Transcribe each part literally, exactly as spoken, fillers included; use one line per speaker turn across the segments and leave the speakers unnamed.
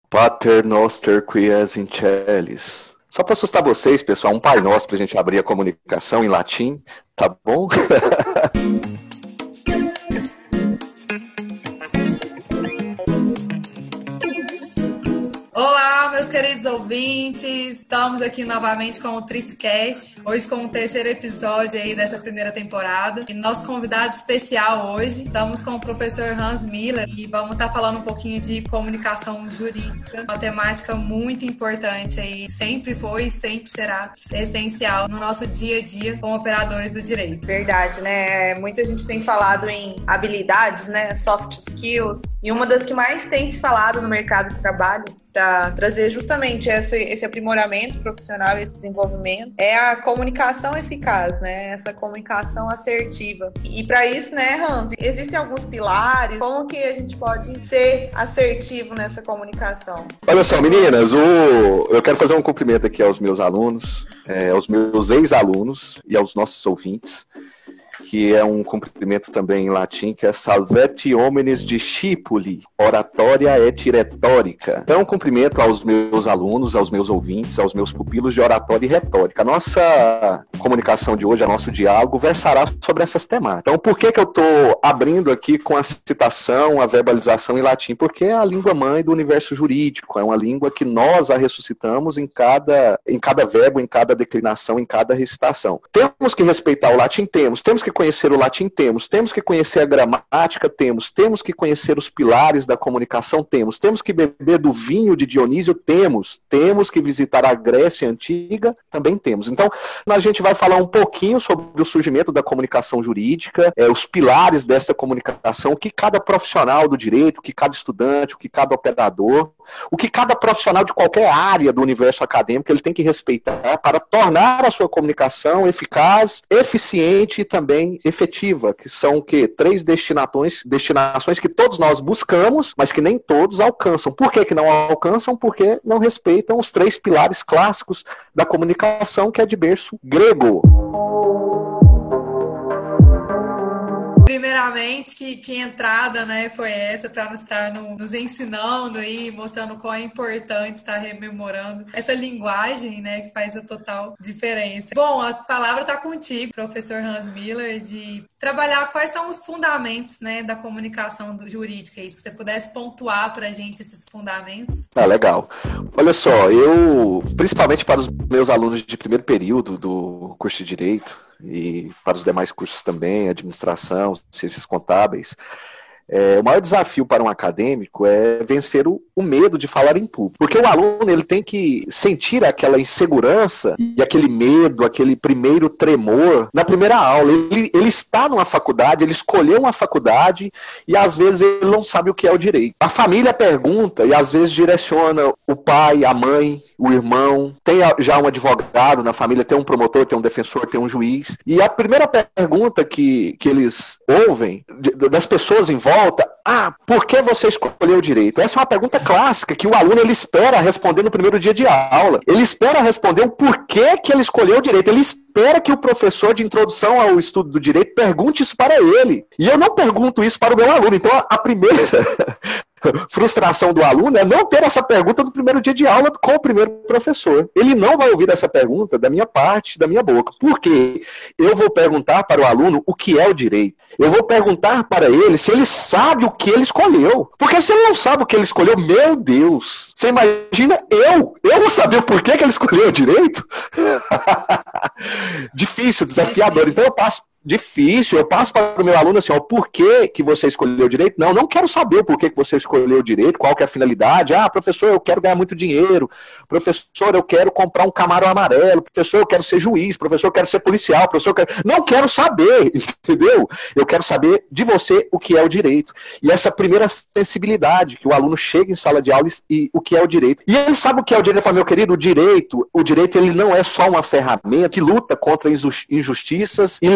Pater noster quies in celis. Só para assustar vocês, pessoal, um Pai Nosso para a gente abrir a comunicação em latim, tá bom?
Olá, meus queridos ouvintes, estamos aqui novamente com o TristeCast, hoje com o terceiro episódio aí dessa primeira temporada. E nosso convidado especial hoje, estamos com o professor Hans Miller e vamos estar falando um pouquinho de comunicação jurídica, uma temática muito importante aí, sempre foi e sempre será essencial no nosso dia a dia como operadores do direito.
Verdade, né? Muita gente tem falado em habilidades, né? Soft skills, e uma das que mais tem se falado no mercado de trabalho para trazer justamente esse, esse aprimoramento profissional, esse desenvolvimento, é a comunicação eficaz, né? Essa comunicação assertiva. E para isso, né, Hans, existem alguns pilares. Como que a gente pode ser assertivo nessa comunicação?
Olha só, meninas, o... eu quero fazer um cumprimento aqui aos meus alunos, é, aos meus ex-alunos e aos nossos ouvintes, que é um cumprimento também em latim, que é Salvete homines discipuli, oratória et retórica. Então, um cumprimento aos meus alunos, aos meus ouvintes, aos meus pupilos de oratória e retórica. A nossa comunicação de hoje, o nosso diálogo, versará sobre essas temáticas. Então, por que que eu estou abrindo aqui com a citação, a verbalização em latim? Porque é a língua mãe do universo jurídico, é uma língua que nós a ressuscitamos em cada, em cada verbo, em cada declinação, em cada recitação. Temos que respeitar o latim? Temos. Temos que conhecer o latim? Temos. Temos que conhecer a gramática? Temos. Temos que conhecer os pilares da comunicação? Temos. Temos que beber do vinho de Dionísio? Temos. Temos que visitar a Grécia Antiga? Também temos. Então, a gente vai falar um pouquinho sobre o surgimento da comunicação jurídica, é, os pilares dessa comunicação, o que cada profissional do direito, o que cada estudante, o que cada operador, o que cada profissional de qualquer área do universo acadêmico ele tem que respeitar para tornar a sua comunicação eficaz, eficiente e também efetiva, que são que três destinações, destinações que todos nós buscamos, mas que nem todos alcançam. Por que que não alcançam? Porque não respeitam os três pilares clássicos da comunicação, que é de berço grego.
Primeiramente, que, que entrada, né, foi essa para nos estar no, nos ensinando e mostrando qual é importante estar rememorando essa linguagem, né, que faz a total diferença. Bom, a palavra está contigo, professor Hans Miller, de trabalhar quais são os fundamentos, né, da comunicação jurídica. E se você pudesse pontuar para a gente esses fundamentos.
Ah, legal. Olha só, eu, principalmente para os meus alunos de primeiro período do curso de Direito, e para os demais cursos também, administração, ciências contábeis, é, o maior desafio para um acadêmico é vencer o, o medo de falar em público. Porque o aluno ele tem que sentir aquela insegurança e aquele medo, aquele primeiro tremor na primeira aula. Ele, ele está numa faculdade, ele escolheu uma faculdade e às vezes ele não sabe o que é o direito. A família pergunta e às vezes direciona o pai, a mãe, o irmão, tem já um advogado na família, tem um promotor, tem um defensor, tem um juiz. E a primeira pergunta que, que eles ouvem de, das pessoas em volta, ah, por que você escolheu o direito? Essa é uma pergunta clássica que o aluno ele espera responder no primeiro dia de aula. Ele espera responder o porquê que ele escolheu o direito. Ele espera que o professor de introdução ao estudo do direito pergunte isso para ele. E eu não pergunto isso para o meu aluno. Então, a primeira frustração do aluno é não ter essa pergunta no primeiro dia de aula com o primeiro professor. Ele não vai ouvir essa pergunta da minha parte, da minha boca. Por quê? Eu vou perguntar para o aluno o que é o direito. Eu vou perguntar para ele se ele sabe o que ele escolheu. Porque se ele não sabe o que ele escolheu, meu Deus, você imagina eu? Eu vou saber o porquê que ele escolheu o direito? Difícil, desafiador. Então eu passo difícil, eu passo para o meu aluno assim, ó, por que que você escolheu o direito? Não, não quero saber o porquê que você escolheu o direito, qual que é a finalidade. Ah, professor, eu quero ganhar muito dinheiro. Professor, eu quero comprar um Camaro amarelo. Professor, eu quero ser juiz. Professor, eu quero ser policial. Professor, eu quero... Não quero saber, entendeu? Eu quero saber de você o que é o direito. E essa primeira sensibilidade, que o aluno chega em sala de aula e, e o que é o direito. E ele sabe o que é o direito. Ele fala, meu querido, o direito, o direito ele não é só uma ferramenta que luta contra injustiças, ilegalidades,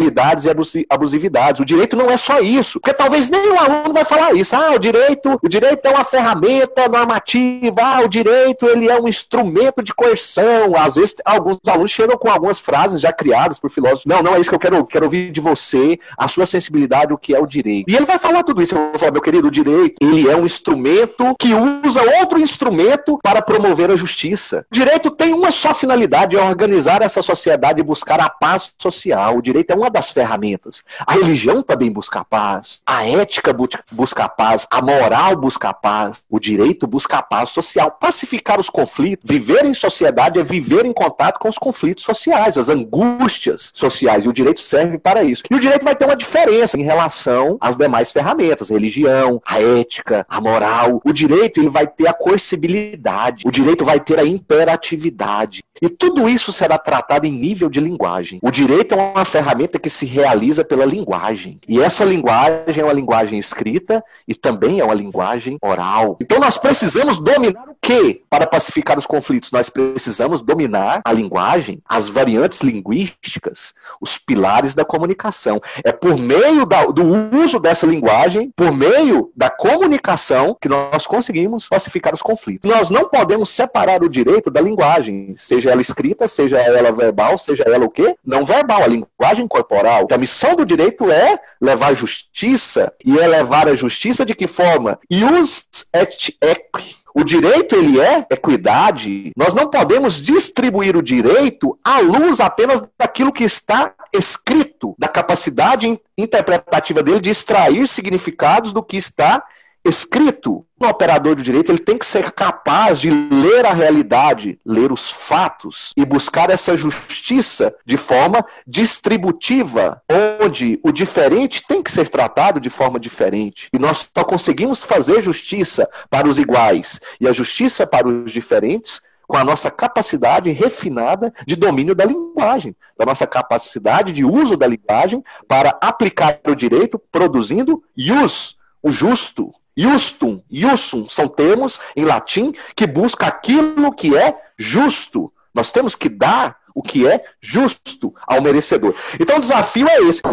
infidelidades e abusividades. O direito não é só isso, porque talvez nem o aluno vai falar isso. Ah, o direito, o direito é uma ferramenta normativa, ah, o direito ele é um instrumento de coerção. Às vezes alguns alunos chegam com algumas frases já criadas por filósofos. Não, não é isso que eu quero, quero ouvir de você, a sua sensibilidade, o que é o direito. E ele vai falar tudo isso. Eu vou falar, meu querido, o direito, ele é um instrumento que usa outro instrumento para promover a justiça. O direito tem uma só finalidade, é organizar essa sociedade e buscar a paz social. O direito é uma das ferramentas. A religião também busca a paz. A ética busca a paz. A moral busca a paz. O direito busca a paz social. Pacificar os conflitos. Viver em sociedade é viver em contato com os conflitos sociais, as angústias sociais. E o direito serve para isso. E o direito vai ter uma diferença em relação às demais ferramentas. A religião, a ética, a moral. O direito ele vai ter a coercibilidade. O direito vai ter a imperatividade. E tudo isso será tratado em nível de linguagem. O direito é uma ferramenta que se realiza pela linguagem. E essa linguagem é uma linguagem escrita e também é uma linguagem oral. Então nós precisamos dominar o quê para pacificar os conflitos? Nós precisamos dominar a linguagem, as variantes linguísticas, os pilares da comunicação. É por meio da, do uso dessa linguagem, por meio da comunicação, que nós conseguimos pacificar os conflitos. Nós não podemos separar o direito da linguagem, seja ela escrita, seja ela verbal, seja ela o quê? Não verbal, a linguagem corporal. A missão do direito é levar justiça, e é levar a justiça de que forma? Ius et equi. O direito, ele é equidade. Nós não podemos distribuir o direito à luz apenas daquilo que está escrito, da capacidade interpretativa dele de extrair significados do que está escrito. O operador do direito ele tem que ser capaz de ler a realidade, ler os fatos e buscar essa justiça de forma distributiva, onde o diferente tem que ser tratado de forma diferente. E nós só conseguimos fazer justiça para os iguais e a justiça para os diferentes com a nossa capacidade refinada de domínio da linguagem, da nossa capacidade de uso da linguagem para aplicar o direito produzindo ius, o justo. Justum, justum, são termos em latim que buscam aquilo que é justo. Nós temos que dar o que é justo ao merecedor. Então o desafio é esse.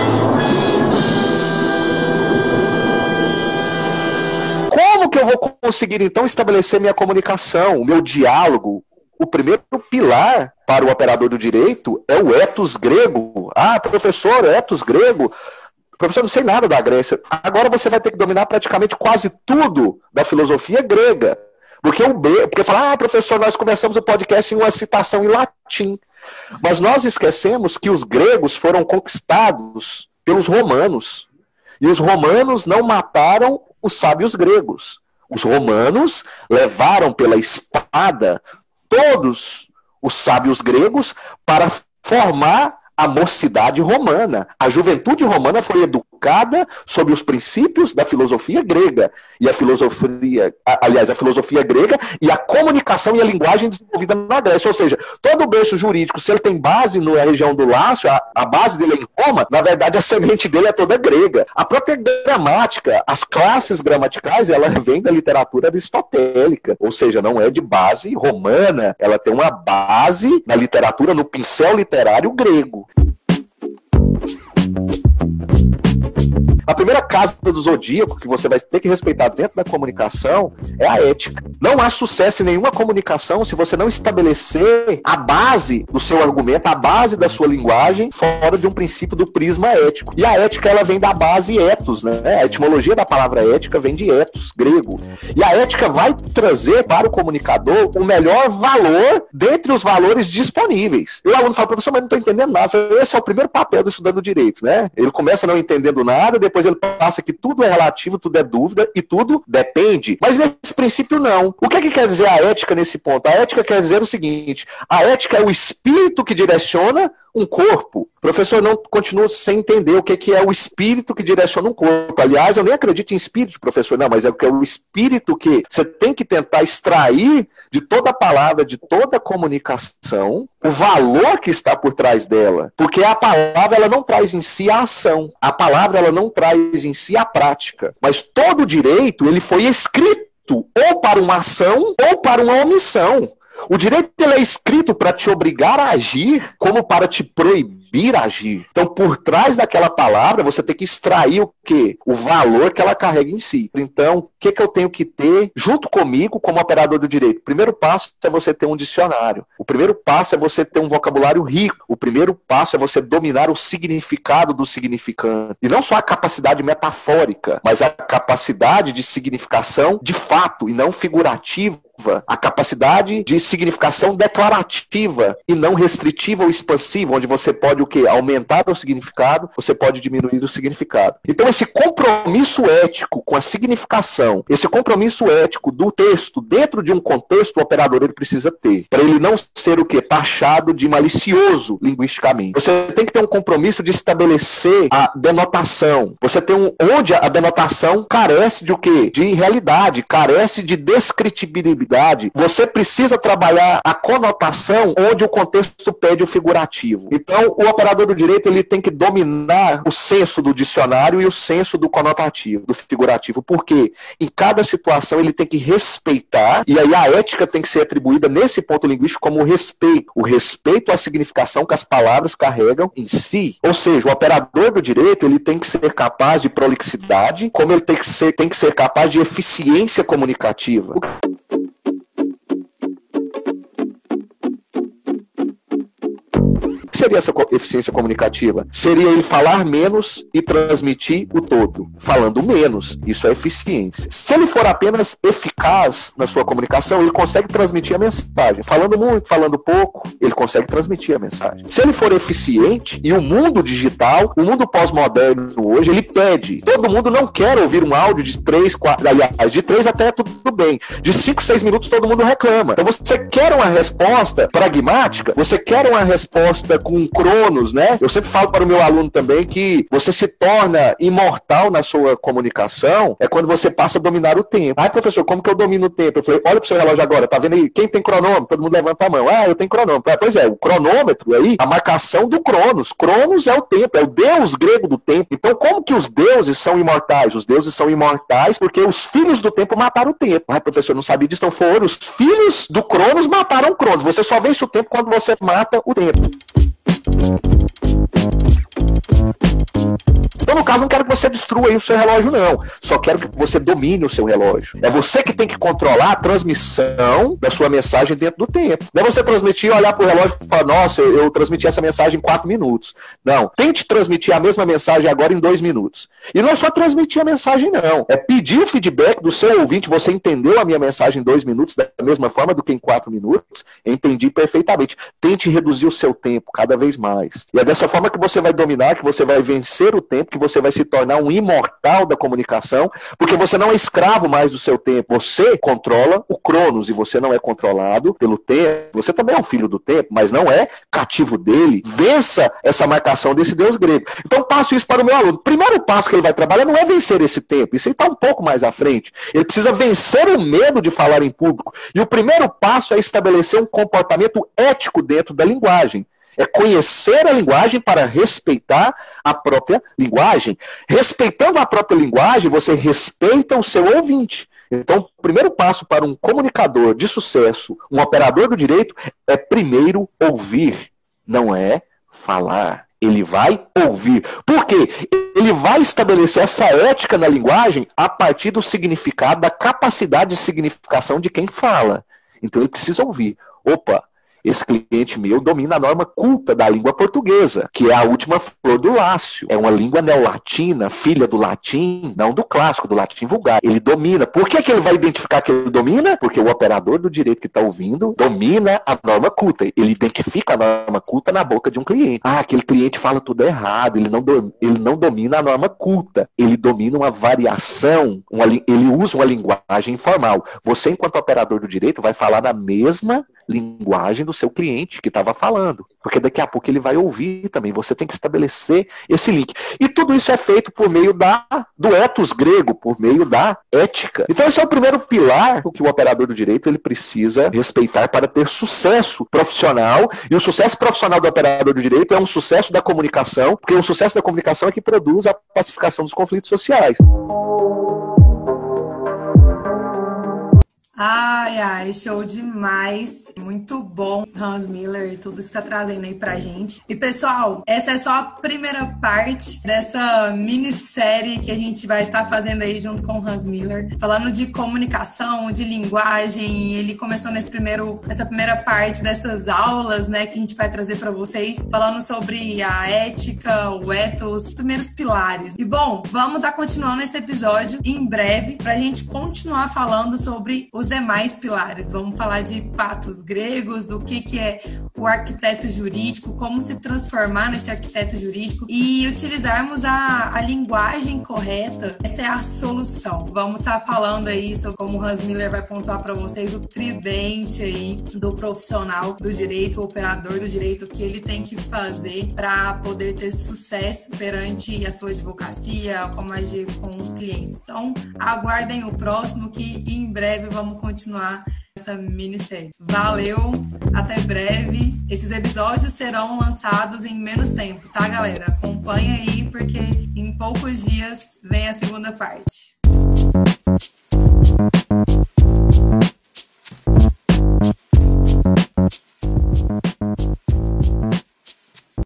Como que eu vou conseguir então estabelecer minha comunicação, o meu diálogo? O primeiro pilar para o operador do direito é o ethos grego. Ah, professor, ethos grego. Professor, não sei nada da Grécia. Agora você vai ter que dominar praticamente quase tudo da filosofia grega. Porque o B, porque fala, ah, professor, nós começamos o podcast em uma citação em latim. Mas nós esquecemos que os gregos foram conquistados pelos romanos. E os romanos não mataram os sábios gregos. Os romanos levaram pela espada todos os sábios gregos para formar a mocidade romana. A juventude romana foi educada sob os princípios da filosofia grega. E a filosofia, aliás, a filosofia grega e a comunicação e a linguagem desenvolvida na Grécia. Ou seja, todo o berço jurídico, se ele tem base na região do Lácio, a, a base dele é em Roma, na verdade a semente dele é toda grega. A própria gramática, as classes gramaticais, ela vem da literatura aristotélica. Ou seja, não é de base romana, ela tem uma base na literatura, no pincel literário grego. A primeira casa do zodíaco que você vai ter que respeitar dentro da comunicação é a ética. Não há sucesso em nenhuma comunicação se você não estabelecer a base do seu argumento, a base da sua linguagem, fora de um princípio do prisma ético. E a ética, ela vem da base ethos, né? A etimologia da palavra ética vem de ethos, grego. E a ética vai trazer para o comunicador o melhor valor dentre os valores disponíveis. E o aluno fala, professor, mas não estou entendendo nada. Esse é o primeiro papel do estudante do direito, né? Ele começa não entendendo nada, depois Depois ele passa que tudo é relativo, tudo é dúvida e tudo depende. Mas nesse princípio não. O que é que quer dizer a ética nesse ponto? A ética quer dizer o seguinte: a ética é o espírito que direciona um corpo. O professor não continua sem entender o que, que é o espírito que direciona um corpo. Aliás, eu nem acredito em espírito, professor, não, mas é o espírito que você tem que tentar extrair de toda a palavra, de toda a comunicação, o valor que está por trás dela. Porque a palavra, ela não traz em si a ação. A palavra, ela não traz em si a prática. Mas todo direito, ele foi escrito ou para uma ação ou para uma omissão. O direito ele é escrito para te obrigar a agir, como para te proibir proibir agir. Então, por trás daquela palavra, você tem que extrair o quê? O valor que ela carrega em si. Então, o que, que eu tenho que ter junto comigo como operador do direito? O primeiro passo é você ter um dicionário. O primeiro passo é você ter um vocabulário rico. O primeiro passo é você dominar o significado do significante. E não só a capacidade metafórica, mas a capacidade de significação de fato e não figurativa. A capacidade de significação declarativa e não restritiva ou expansiva, onde você pode o quê? Aumentar o significado, você pode diminuir o significado. Então esse compromisso ético com a significação, esse compromisso ético do texto dentro de um contexto, o operador ele precisa ter, para ele não ser o quê? Taxado de malicioso linguisticamente. Você tem que ter um compromisso de estabelecer a denotação. Você tem um, onde a denotação carece de o quê? De realidade, carece de descritibilidade. Você precisa trabalhar a conotação onde o contexto pede o figurativo. Então, o operador do direito ele tem que dominar o senso do dicionário e o senso do conotativo, do figurativo, porque em cada situação ele tem que respeitar, e aí a ética tem que ser atribuída nesse ponto linguístico como o respeito. O respeito à significação que as palavras carregam em si. Ou seja, o operador do direito ele tem que ser capaz de prolixidade, como ele tem que ser, tem que ser capaz de eficiência comunicativa. O que seria essa eficiência comunicativa? Seria ele falar menos e transmitir o todo. Falando menos, isso é eficiência. Se ele for apenas eficaz na sua comunicação, ele consegue transmitir a mensagem. Falando muito, falando pouco, ele consegue transmitir a mensagem. Se ele for eficiente, e o mundo digital, o mundo pós-moderno hoje, ele pede. Todo mundo não quer ouvir um áudio de três, quatro, aliás, de três até tudo bem. De cinco, seis minutos todo mundo reclama. Então você quer uma resposta pragmática, você quer uma resposta com cronos, né? Eu sempre falo para o meu aluno também que você se torna imortal na sua comunicação é quando você passa a dominar o tempo. Ah, professor, como que eu domino o tempo? Eu falei, olha pro seu relógio agora, tá vendo aí? Quem tem cronômetro? Todo mundo levanta a mão. Ah, eu tenho cronômetro. Ah, pois é, o cronômetro aí, a marcação do cronos. Cronos é o tempo, é o deus grego do tempo. Então, como que os deuses são imortais? Os deuses são imortais porque os filhos do tempo mataram o tempo. Ah, professor, não sabia disso? Então foram os filhos do cronos mataram o cronos. Você só vence o tempo quando você mata o tempo. Então, no caso, não quero que você destrua aí o seu relógio, não. Só quero que você domine o seu relógio. É você que tem que controlar a transmissão da sua mensagem dentro do tempo. Não é você transmitir, olhar para o relógio e falar, nossa, eu, eu transmiti essa mensagem em quatro minutos. Não. Tente transmitir a mesma mensagem agora em dois minutos. E não é só transmitir a mensagem, não. É pedir o feedback do seu ouvinte. Você entendeu a minha mensagem em dois minutos da mesma forma do que em quatro minutos? Entendi perfeitamente. Tente reduzir o seu tempo cada vez mais. E é dessa forma que você vai dominar, que você vai vencer o tempo, que você vai se tornar um imortal da comunicação, porque você não é escravo mais do seu tempo. Você controla o cronos e você não é controlado pelo tempo. Você também é um filho do tempo, mas não é cativo dele. Vença essa marcação desse deus grego. Então passo isso para o meu aluno. O primeiro passo que ele vai trabalhar não é vencer esse tempo. Isso aí está um pouco mais à frente. Ele precisa vencer o medo de falar em público. E o primeiro passo é estabelecer um comportamento ético dentro da linguagem. É conhecer a linguagem para respeitar a própria linguagem. Respeitando a própria linguagem, você respeita o seu ouvinte. Então, o primeiro passo para um comunicador de sucesso, um operador do direito, é primeiro ouvir, não é falar. Ele vai ouvir. Por quê? Ele vai estabelecer essa ética na linguagem a partir do significado, da capacidade de significação de quem fala. Então, ele precisa ouvir. Opa! Esse cliente meu domina a norma culta da língua portuguesa, que é a última flor do Lácio. É uma língua neolatina, filha do latim, não do clássico, do latim vulgar. Ele domina. Por que que ele vai identificar que ele domina? Porque o operador do direito que está ouvindo domina a norma culta. Ele identifica a norma culta na boca de um cliente. Ah, aquele cliente fala tudo errado, ele não, do, ele não domina a norma culta. Ele domina uma variação, uma, ele usa uma linguagem informal. Você, enquanto operador do direito, vai falar na mesma linguagem do seu cliente que estava falando, porque daqui a pouco ele vai ouvir também. Você tem que estabelecer esse link. E tudo isso é feito por meio da, do ethos grego, por meio da ética. Então esse é o primeiro pilar que o operador do direito ele precisa respeitar para ter sucesso profissional. E o sucesso profissional do operador do direito é um sucesso da comunicação, porque o sucesso da comunicação é que produz a pacificação dos conflitos sociais.
Ai, ai, show demais. Muito bom, Hans Miller, e tudo que você está trazendo aí pra gente. E, pessoal, essa é só a primeira parte dessa minissérie que a gente vai estar tá fazendo aí junto com o Hans Miller, falando de comunicação, de linguagem. Ele começou nesse primeiro, nessa primeira parte dessas aulas, né, que a gente vai trazer para vocês, falando sobre a ética, o ethos, os primeiros pilares. E, bom, vamos estar tá continuando esse episódio em breve pra gente continuar falando sobre os demais pilares. Vamos falar de patos gregos, do que, que é o arquiteto jurídico, como se transformar nesse arquiteto jurídico e utilizarmos a, a linguagem correta. Essa é a solução. Vamos estar tá falando aí sobre como o Hans Miller vai pontuar para vocês o tridente aí do profissional do direito, o operador do direito, que ele tem que fazer para poder ter sucesso perante a sua advocacia, como agir com os clientes. Então, aguardem o próximo, que em breve vamos continuar essa minissérie. Valeu, até breve. Esses episódios serão lançados em menos tempo, tá, galera? Acompanha aí, porque em poucos dias vem a segunda parte.